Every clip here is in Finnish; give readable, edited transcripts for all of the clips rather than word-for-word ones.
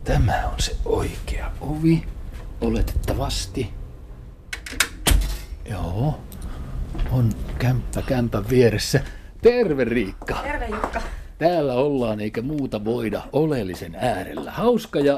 Tämä on se oikea ovi, oletettavasti. Joo, on kämppä kämpän vieressä. Terve Riikka! Terve Jukka! Täällä ollaan eikä muuta voida oleellisen äärellä. Hauska ja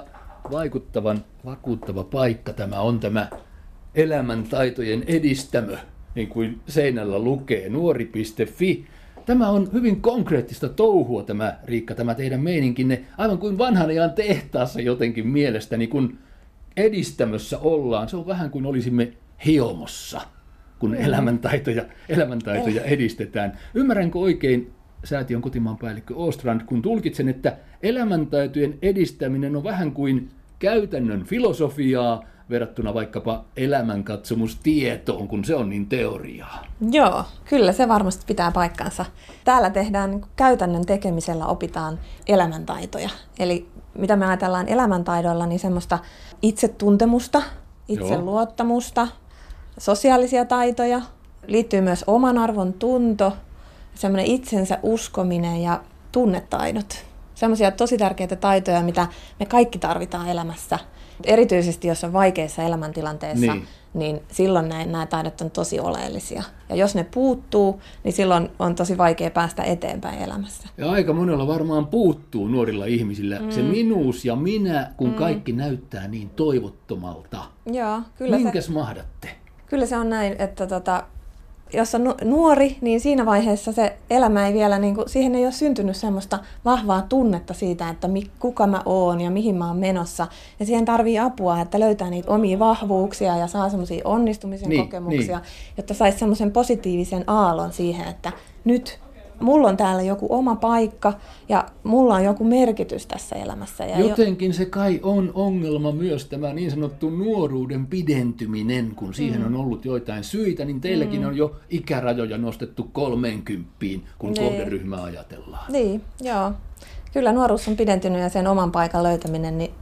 vakuuttava paikka tämä on tämä elämäntaitojen edistämö, niin kuin seinällä lukee, nuori.fi. Tämä on hyvin konkreettista touhua tämä, Riikka, tämä teidän meininkinne, aivan kuin vanhan ajan tehtaassa jotenkin mielestäni, kun edistämössä ollaan. Se on vähän kuin olisimme hiomossa, kun elämäntaitoja edistetään. Ymmärränkö oikein, Säätiön kotimaan päällikkö Åstrand, kun tulkitsen, että elämäntaitojen edistäminen on vähän kuin käytännön filosofiaa verrattuna vaikkapa elämänkatsomustietoon, kun se on niin teoriaa? Joo, kyllä se varmasti pitää paikkansa. Täällä tehdään käytännön tekemisellä opitaan elämäntaitoja. Eli mitä me ajatellaan elämäntaidoilla, niin semmoista itsetuntemusta, itseluottamusta, sosiaalisia taitoja, liittyy myös oman arvon tunto, semmoinen itsensä uskominen ja tunnetaidot. Semmoisia tosi tärkeitä taitoja, mitä me kaikki tarvitaan elämässä. Erityisesti jos on vaikeassa elämäntilanteessa, niin silloin nämä taidot on tosi oleellisia. Ja jos ne puuttuu, niin silloin on tosi vaikea päästä eteenpäin elämässä. Ja aika monella varmaan puuttuu nuorilla ihmisillä se minuus ja minä, kun kaikki näyttää niin toivottomalta. Joo, kyllä minkäs mahdatte? Kyllä se on näin, että jos on nuori, niin siinä vaiheessa se elämä ei vielä, siihen ei ole syntynyt semmoista vahvaa tunnetta siitä, että kuka mä oon ja mihin mä oon menossa. Ja siihen tarvii apua, että löytää niitä omia vahvuuksia ja saa semmoisia onnistumisen kokemuksia, jotta saisi semmoisen positiivisen aallon siihen, että nyt mulla on täällä joku oma paikka ja mulla on joku merkitys tässä elämässä. Ja jotenkin se kai on ongelma myös tämä niin sanottu nuoruuden pidentyminen, kun siihen on ollut joitain syitä, niin teilläkin on jo ikärajoja nostettu 30, kun kohderyhmää ajatellaan. Niin, joo. Kyllä nuoruus on pidentynyt ja sen oman paikan löytäminen, niin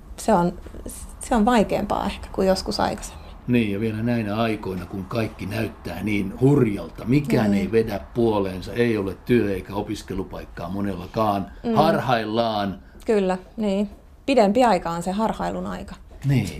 se on vaikeampaa ehkä kuin joskus aikaisemmin. Niin, ja vielä näinä aikoina, kun kaikki näyttää niin hurjalta, mikään ei vedä puoleensa, ei ole työ- eikä opiskelupaikkaa monellakaan, harhaillaan. Kyllä, niin. Pidempi aika on se harhailun aika. Niin.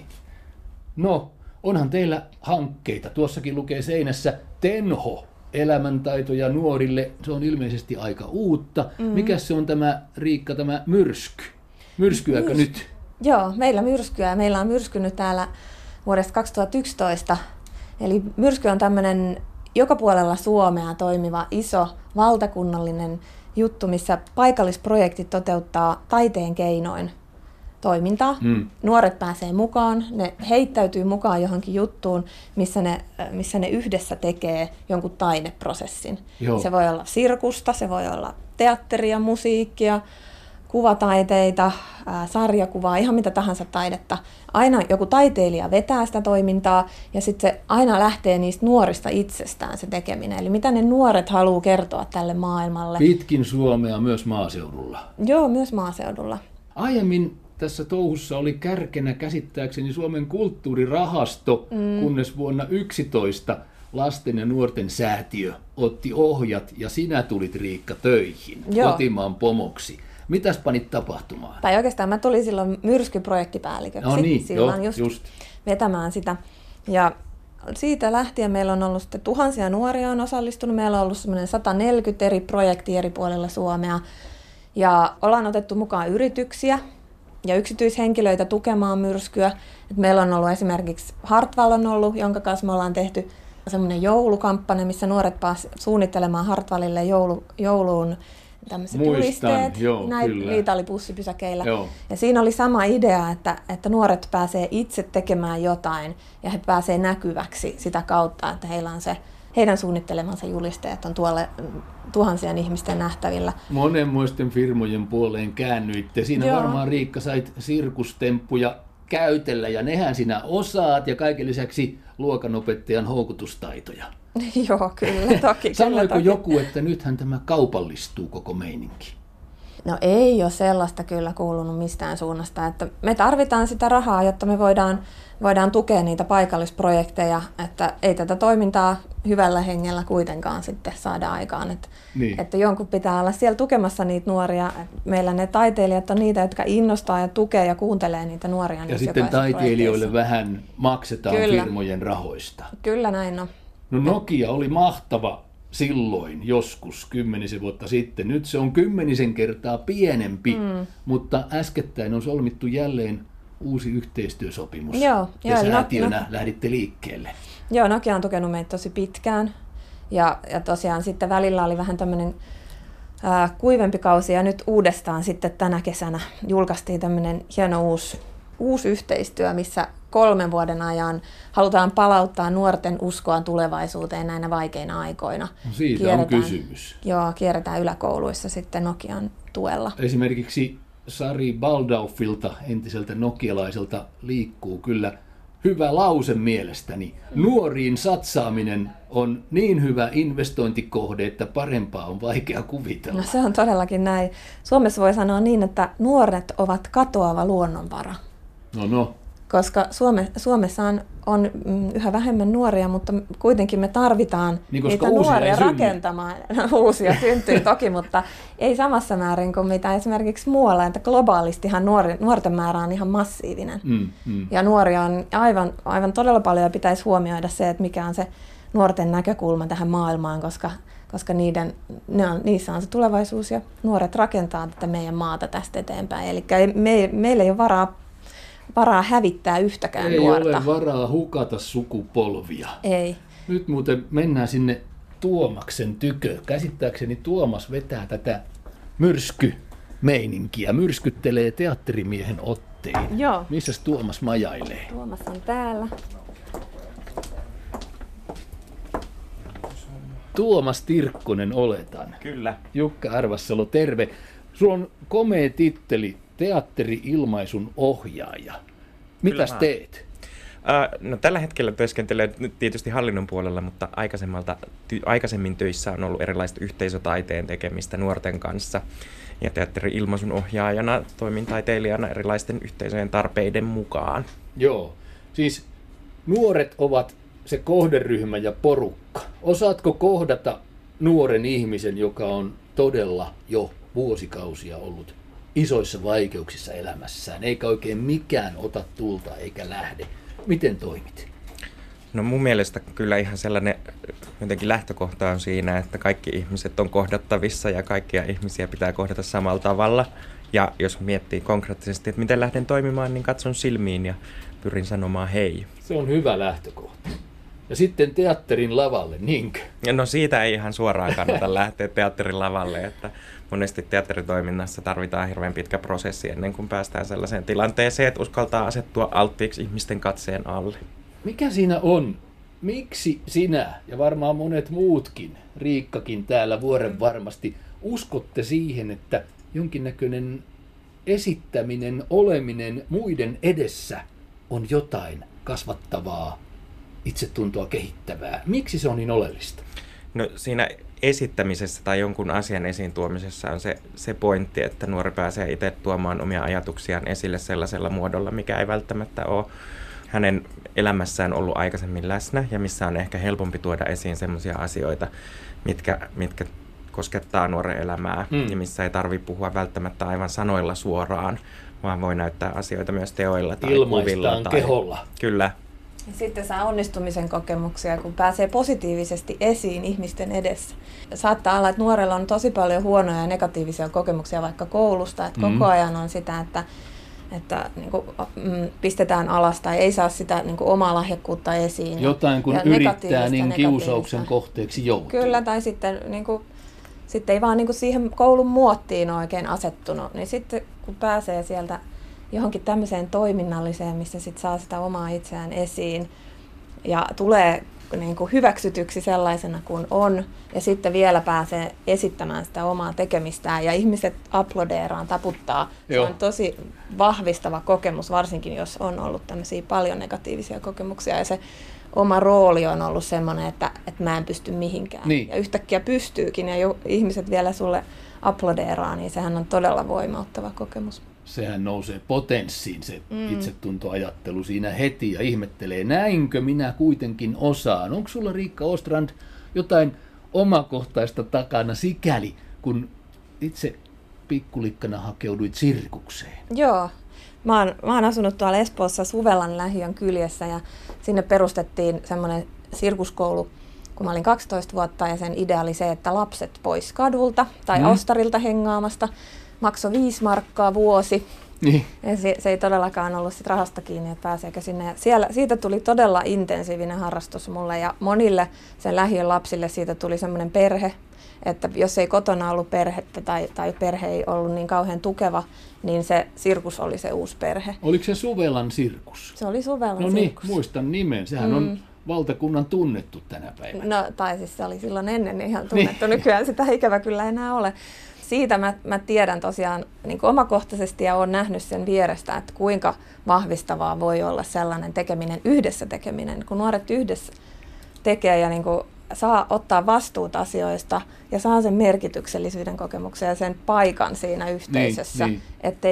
No, onhan teillä hankkeita. Tuossakin lukee seinässä Tenho, elämäntaitoja nuorille. Se on ilmeisesti aika uutta. Mikäs se on tämä, Riikka, tämä myrsky? Myrskyäkö nyt? Joo, meillä myrskyä. Meillä on myrskynyt täällä vuodesta 2011. Eli myrsky on tämmöinen joka puolella Suomea toimiva iso valtakunnallinen juttu, missä paikallisprojektit toteuttaa taiteen keinoin toimintaa. Nuoret pääsee mukaan, ne heittäytyy mukaan johonkin juttuun, missä ne yhdessä tekee jonkun taideprosessin. Joo. Se voi olla sirkusta, se voi olla teatteria, musiikkia, kuvataiteita, sarjakuvaa, ihan mitä tahansa taidetta. Aina joku taiteilija vetää sitä toimintaa ja sitten se aina lähtee niistä nuorista itsestään se tekeminen. Eli mitä ne nuoret haluaa kertoa tälle maailmalle. Pitkin Suomea, myös maaseudulla. Joo, myös maaseudulla. Aiemmin tässä touhussa oli kärkenä käsittääkseni Suomen kulttuurirahasto, kunnes vuonna 2011 lasten ja nuorten säätiö otti ohjat ja sinä tulit, Riikka, töihin kotimaan pomoksi. Mitäs panit tapahtumaan? Tai oikeastaan mä tulin silloin myrskyprojektipäälliköksi. No niin, silloin just vetämään sitä. Ja siitä lähtien meillä on ollut sitten tuhansia nuoria on osallistunut. Meillä on ollut semmoinen 140 eri projektia eri puolilla Suomea. Ja ollaan otettu mukaan yrityksiä ja yksityishenkilöitä tukemaan myrskyä. Et meillä on ollut esimerkiksi Hartwall on ollut, jonka kanssa me ollaan tehty semmoinen joulukampanja, missä nuoret pääsivät suunnittelemaan Hartwallille jouluun tämmöiset julisteet, niitä oli bussipysäkeillä. Joo. Ja siinä oli sama idea, että nuoret pääsee itse tekemään jotain ja he pääsee näkyväksi sitä kautta, että heillä on se, heidän suunnittelemansa julisteet on tuolla tuhansien ihmisten nähtävillä. Monenmoisten firmojen puoleen käännyitte. Siinä varmaan, Riikka, sait sirkustemppuja käytellä ja nehän sinä osaat ja kaiken lisäksi luokanopettajan houkutustaitoja. Joo, kyllä, toki. Sanoiko joku, että nythän tämä kaupallistuu koko meininki? No ei ole sellaista kyllä kuulunut mistään suunnasta, että me tarvitaan sitä rahaa, jotta me voidaan tukea niitä paikallisprojekteja, että ei tätä toimintaa hyvällä hengellä kuitenkaan sitten saada aikaan, että jonkun pitää olla siellä tukemassa niitä nuoria. Meillä ne taiteilijat on niitä, jotka innostaa ja tukee ja kuuntelee niitä nuoria. Ja sitten taiteilijoille vähän maksetaan firmojen rahoista. Kyllä näin on. No Nokia oli mahtava silloin joskus 10 vuotta sitten. Nyt se on 10 kertaa pienempi, mutta äskettäin on solmittu jälleen uusi yhteistyösopimus. Joo, ja säätiönä lähditte liikkeelle. Joo, Nokia on tukenut meitä tosi pitkään. Ja tosiaan sitten välillä oli vähän tämmöinen kuivempi kausi ja nyt uudestaan sitten tänä kesänä julkaistiin tämmöinen hieno uusi yhteistyö, missä 3 vuoden ajan halutaan palauttaa nuorten uskoa tulevaisuuteen näinä vaikeina aikoina. No siitä on kysymys. Joo, kierretään yläkouluissa sitten Nokian tuella. Esimerkiksi Sari Baldaufilta, entiseltä nokialaiselta, liikkuu kyllä hyvä lause mielestäni. Nuoriin satsaaminen on niin hyvä investointikohde, että parempaa on vaikea kuvitella. No se on todellakin näin. Suomessa voi sanoa niin, että nuoret ovat katoava luonnonvara. No. Koska Suomessa on yhä vähemmän nuoria, mutta kuitenkin me tarvitaan niitä nuoria rakentamaan. Uusia syntyy toki, mutta ei samassa määrin kuin mitä esimerkiksi muualla. Että globaalistihan nuorten määrä on ihan massiivinen. Ja nuoria on aivan todella paljon ja pitäisi huomioida se, että mikä on se nuorten näkökulma tähän maailmaan, koska niissä on se tulevaisuus ja nuoret rakentaa tätä meidän maata tästä eteenpäin. Eli meillä ei ole varaa hävittää yhtäkään nuorta. Ei ole varaa hukata sukupolvia. Ei. Nyt muuten mennään sinne Tuomaksen tykö. Käsittääkseni Tuomas vetää tätä myrskymeininkiä, myrskyttelee teatterimiehen ottein. Joo. Missäs Tuomas majailee? Tuomas on täällä. Tuomas Tirkkonen oletan. Kyllä. Jukka Arvassalo, terve. Sulla on komea titteli, teatteri-ilmaisun ohjaaja. Mitäs teet? No, tällä hetkellä työskentelen nyt tietysti hallinnon puolella, mutta aikaisemmin töissä on ollut erilaista yhteisötaiteen tekemistä nuorten kanssa. Ja teatteri-ilmaisun ohjaajana toimin taiteilijana erilaisten yhteisöjen tarpeiden mukaan. Joo, siis nuoret ovat se kohderyhmä ja porukka. Osaatko kohdata nuoren ihmisen, joka on todella jo vuosikausia ollut isoissa vaikeuksissa elämässään, eikä oikein mikään ota tulta eikä lähde? Miten toimit? No mun mielestä kyllä ihan sellainen jotenkin lähtökohta on siinä, että kaikki ihmiset on kohdattavissa ja kaikkia ihmisiä pitää kohdata samalla tavalla. Ja jos miettii konkreettisesti, että miten lähden toimimaan, niin katson silmiin ja pyrin sanomaan hei. Se on hyvä lähtökohta. Ja sitten teatterin lavalle, niinkö? No siitä ei ihan suoraan kannata lähteä teatterin lavalle, että monesti teatteritoiminnassa tarvitaan hirveän pitkä prosessi ennen kuin päästään sellaiseen tilanteeseen, että uskaltaa asettua alttiiksi ihmisten katseen alle. Mikä siinä on? Miksi sinä ja varmaan monet muutkin, Riikkakin täällä vuoren varmasti, uskotte siihen, että jonkinnäköinen esittäminen, oleminen muiden edessä on jotain kasvattavaa, itsetuntoa kehittävää? Miksi se on niin oleellista? No siinä esittämisessä tai jonkun asian esiin tuomisessa on se pointti, että nuori pääsee itse tuomaan omia ajatuksiaan esille sellaisella muodolla, mikä ei välttämättä ole hänen elämässään ollut aikaisemmin läsnä ja missä on ehkä helpompi tuoda esiin sellaisia asioita, mitkä koskettaa nuoren elämää ja missä ei tarvitse puhua välttämättä aivan sanoilla suoraan, vaan voi näyttää asioita myös teoilla tai kuvilla. Ilmaistaan keholla. Kyllä. Ja sitten saa onnistumisen kokemuksia, kun pääsee positiivisesti esiin ihmisten edessä. Saattaa olla, että nuorella on tosi paljon huonoja ja negatiivisia kokemuksia vaikka koulusta, että koko ajan on sitä, että niin kuin, pistetään alas tai ei saa sitä niin kuin omaa lahjakkuutta esiin. Jotain kun yrittää, niin kiusauksen kohteeksi joutuu. Kyllä, tai sitten, niin kuin, sitten ei vaan niin kuin siihen koulun muottiin oikein asettunut. Niin sitten kun pääsee sieltä johonkin tämmöiseen toiminnalliseen, missä sit saa sitä omaa itseään esiin ja tulee niin kuin hyväksytyksi sellaisena kuin on ja sitten vielä pääsee esittämään sitä omaa tekemistään ja ihmiset aplodeeraan, taputtaa. Se on tosi vahvistava kokemus, varsinkin jos on ollut tämmöisiä paljon negatiivisia kokemuksia ja se oma rooli on ollut semmoinen, että mä en pysty mihinkään. Niin. Ja yhtäkkiä pystyykin ja ihmiset vielä sulle aplodeeraa, niin sehän on todella voimauttava kokemus. Sehän nousee potenssiin se itsetuntoajattelu siinä heti ja ihmettelee, näinkö minä kuitenkin osaan. Onko sulla, Riikka Ostrand, jotain omakohtaista takana sikäli, kun itse pikkulikkana hakeuduit sirkukseen? Joo. Mä oon asunut tuolla Espoossa Suvelan lähiön kyljessä ja sinne perustettiin semmoinen sirkuskoulu, kun mä olin 12 vuotta ja sen idea oli se, että lapset pois kadulta tai ostarilta hengaamasta maksoi 5 markkaa vuosi. Niin. Ja se ei todellakaan ollut sit rahasta kiinni, että pääseekö sinne. Siitä tuli todella intensiivinen harrastus mulle ja monille sen lähiön lapsille siitä tuli semmoinen perhe, että jos ei kotona ollut perhettä tai perhe ei ollut niin kauhean tukeva, niin se sirkus oli se uusi perhe. Oliko se Suvelan sirkus? Se oli Suvelan sirkus. sirkus. Muistan nimen. Sehän on valtakunnan tunnettu tänä päivänä. No, tai siis se oli silloin ennen ihan tunnettu. Nykyään sitä ikävä kyllä enää ole. Siitä mä tiedän tosiaan niin kuin omakohtaisesti ja olen nähnyt sen vierestä, että kuinka vahvistavaa voi olla sellainen yhdessä tekeminen, kun nuoret yhdessä tekee ja niin kuin saa ottaa vastuuta asioista ja saa sen merkityksellisyyden kokemuksen ja sen paikan siinä yhteisössä, niin. että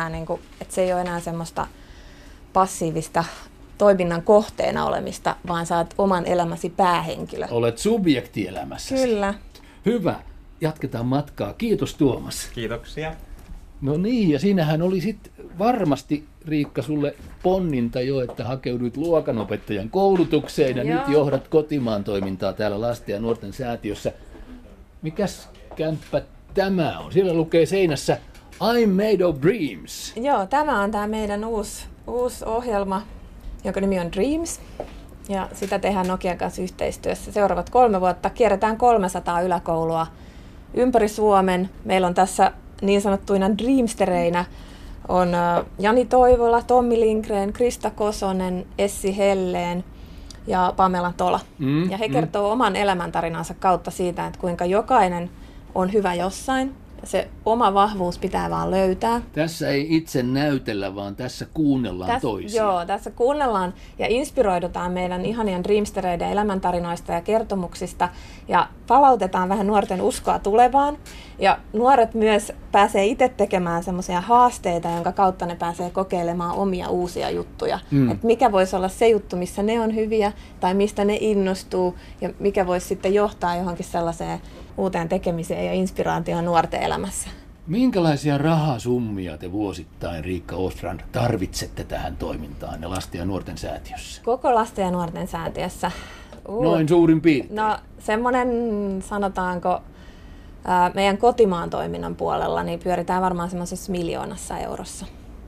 se ei ole enää semmoista passiivista toiminnan kohteena olemista, vaan sä oot oman elämäsi päähenkilö. Olet subjektielämässä. Kyllä. Hyvä. Jatketaan matkaa. Kiitos, Tuomas. Kiitoksia. No niin, ja siinähän oli sitten varmasti, Riikka, sulle ponninta jo, että hakeuduit luokanopettajan koulutukseen ja nyt johdat kotimaan toimintaa täällä Lasten ja nuorten säätiössä. Mikäs kämppä tämä on? Siellä lukee seinässä I'm made of dreams. Joo, tämä on tämä meidän uusi ohjelma, jonka nimi on Dreams. Ja sitä tehdään Nokian kanssa yhteistyössä. Seuraavat 3 vuotta kierretään 300 yläkoulua ympäri Suomen. Meillä on tässä niin sanottuina dreamstereinä on Jani Toivola, Tommi Lindgren, Krista Kosonen, Essi Helleen ja Pamela Tola. Ja he kertoo oman elämäntarinansa kautta siitä, että kuinka jokainen on hyvä jossain. Se oma vahvuus pitää vaan löytää. Tässä ei itse näytellä, vaan tässä kuunnellaan toisia. Joo, tässä kuunnellaan ja inspiroidutaan meidän ihanien dreamstereiden elämäntarinoista ja kertomuksista ja palautetaan vähän nuorten uskoa tulevaan. Ja nuoret myös pääsee itse tekemään semmoisia haasteita, jonka kautta ne pääsee kokeilemaan omia uusia juttuja. Että mikä voisi olla se juttu, missä ne on hyviä tai mistä ne innostuu ja mikä voisi sitten johtaa johonkin sellaiseen uuteen tekemiseen ja inspiraatioon nuorten elämässä. Minkälaisia rahasummia te vuosittain, Riikka Ostrand, tarvitsette tähän toimintaan ja Lasten ja nuorten säätiössä? Koko Lasten ja nuorten säätiössä? Noin suurin piirtein. No semmoinen, sanotaanko, meidän kotimaan toiminnan puolella, niin pyöritään varmaan semmoisessa 1 miljoonassa eurossa.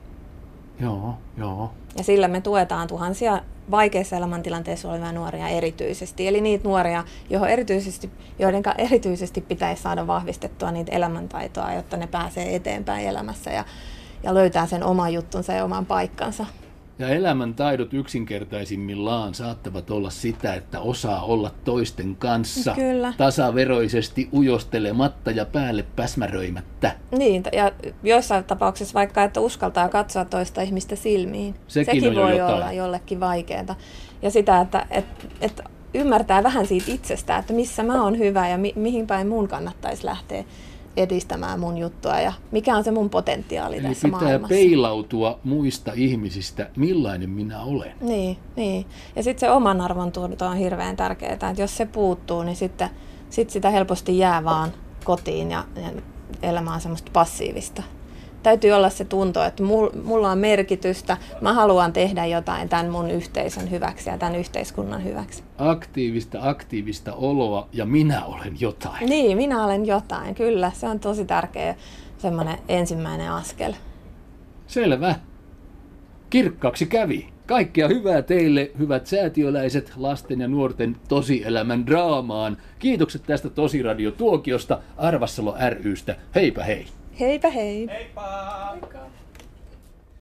Joo. Ja sillä me tuetaan tuhansia vaikeissa elämäntilanteissa olevia nuoria erityisesti. Eli niitä nuoria, joiden erityisesti pitäisi saada vahvistettua niitä elämäntaitoa, jotta ne pääsee eteenpäin elämässä ja löytää sen oman juttunsa ja oman paikkansa. Ja elämäntaidot yksinkertaisimmillaan saattavat olla sitä, että osaa olla toisten kanssa tasaveroisesti ujostelematta ja päälle päsmäröimättä. Niin, ja joissain tapauksissa vaikka, että uskaltaa katsoa toista ihmistä silmiin. Sekin voi olla jollekin vaikeaa. Ja sitä, että ymmärtää vähän siitä itsestä, että missä mä oon hyvä ja mihin päin mun kannattaisi lähteä edistämään mun juttua ja mikä on se mun potentiaali eli tässä pitää maailmassa. Peilautua muista ihmisistä, millainen minä olen. Niin. Ja sitten se oman arvontunto on hirveän tärkeää, että jos se puuttuu, niin sitten sitä helposti jää vaan kotiin ja elämä on semmoista passiivista. Täytyy olla se tunto, että mulla on merkitystä, mä haluan tehdä jotain tämän mun yhteisön hyväksi ja tämän yhteiskunnan hyväksi. Aktiivista oloa ja minä olen jotain. Niin, minä olen jotain, kyllä. Se on tosi tärkeä semmoinen ensimmäinen askel. Selvä. Kirkkaaksi kävi. Kaikkea hyvää teille, hyvät säätiöläiset, lasten ja nuorten tosielämän draamaan. Kiitokset tästä Tosiradio Tuokiosta, Arvassalo ry:stä. Heipä hei! Heipä hei! Heippa!